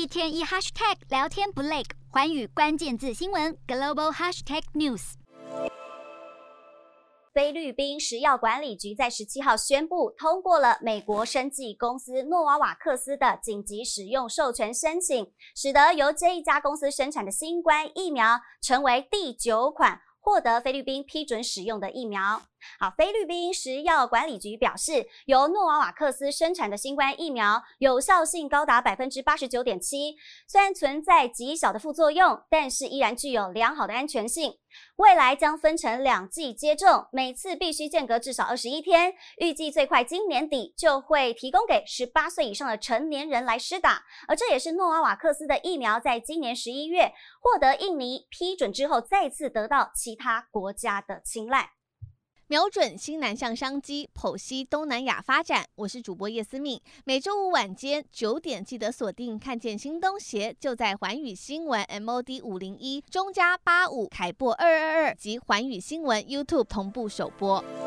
天一 hashtag 聊天不累，寰宇关键字新闻 global hashtag news。 菲律宾食药管理局在17号宣布通过了美国生技公司诺瓦瓦克斯的紧急使用授权申请，使得由这一家公司生产的新冠疫苗成为第9款获得菲律宾批准使用的疫苗。菲律宾食药管理局表示，由诺瓦瓦克斯生产的新冠疫苗有效性高达 89.7%， 虽然存在极小的副作用，但是依然具有良好的安全性。未来将分成2剂接种，每次必须间隔至少21天，预计最快今年底就会提供给18岁以上的成年人来施打。而这也是诺瓦瓦克斯的疫苗在今年11月获得印尼批准之后，再次得到其他国家的青睐。 瞄准新南向商机，剖析东南亚发展。我是主播叶思敏，每周五晚间9点记得锁定，看见新东协就在寰宇新闻 MOD 501中加85凯擘222及寰宇新闻 YouTube 同步首播。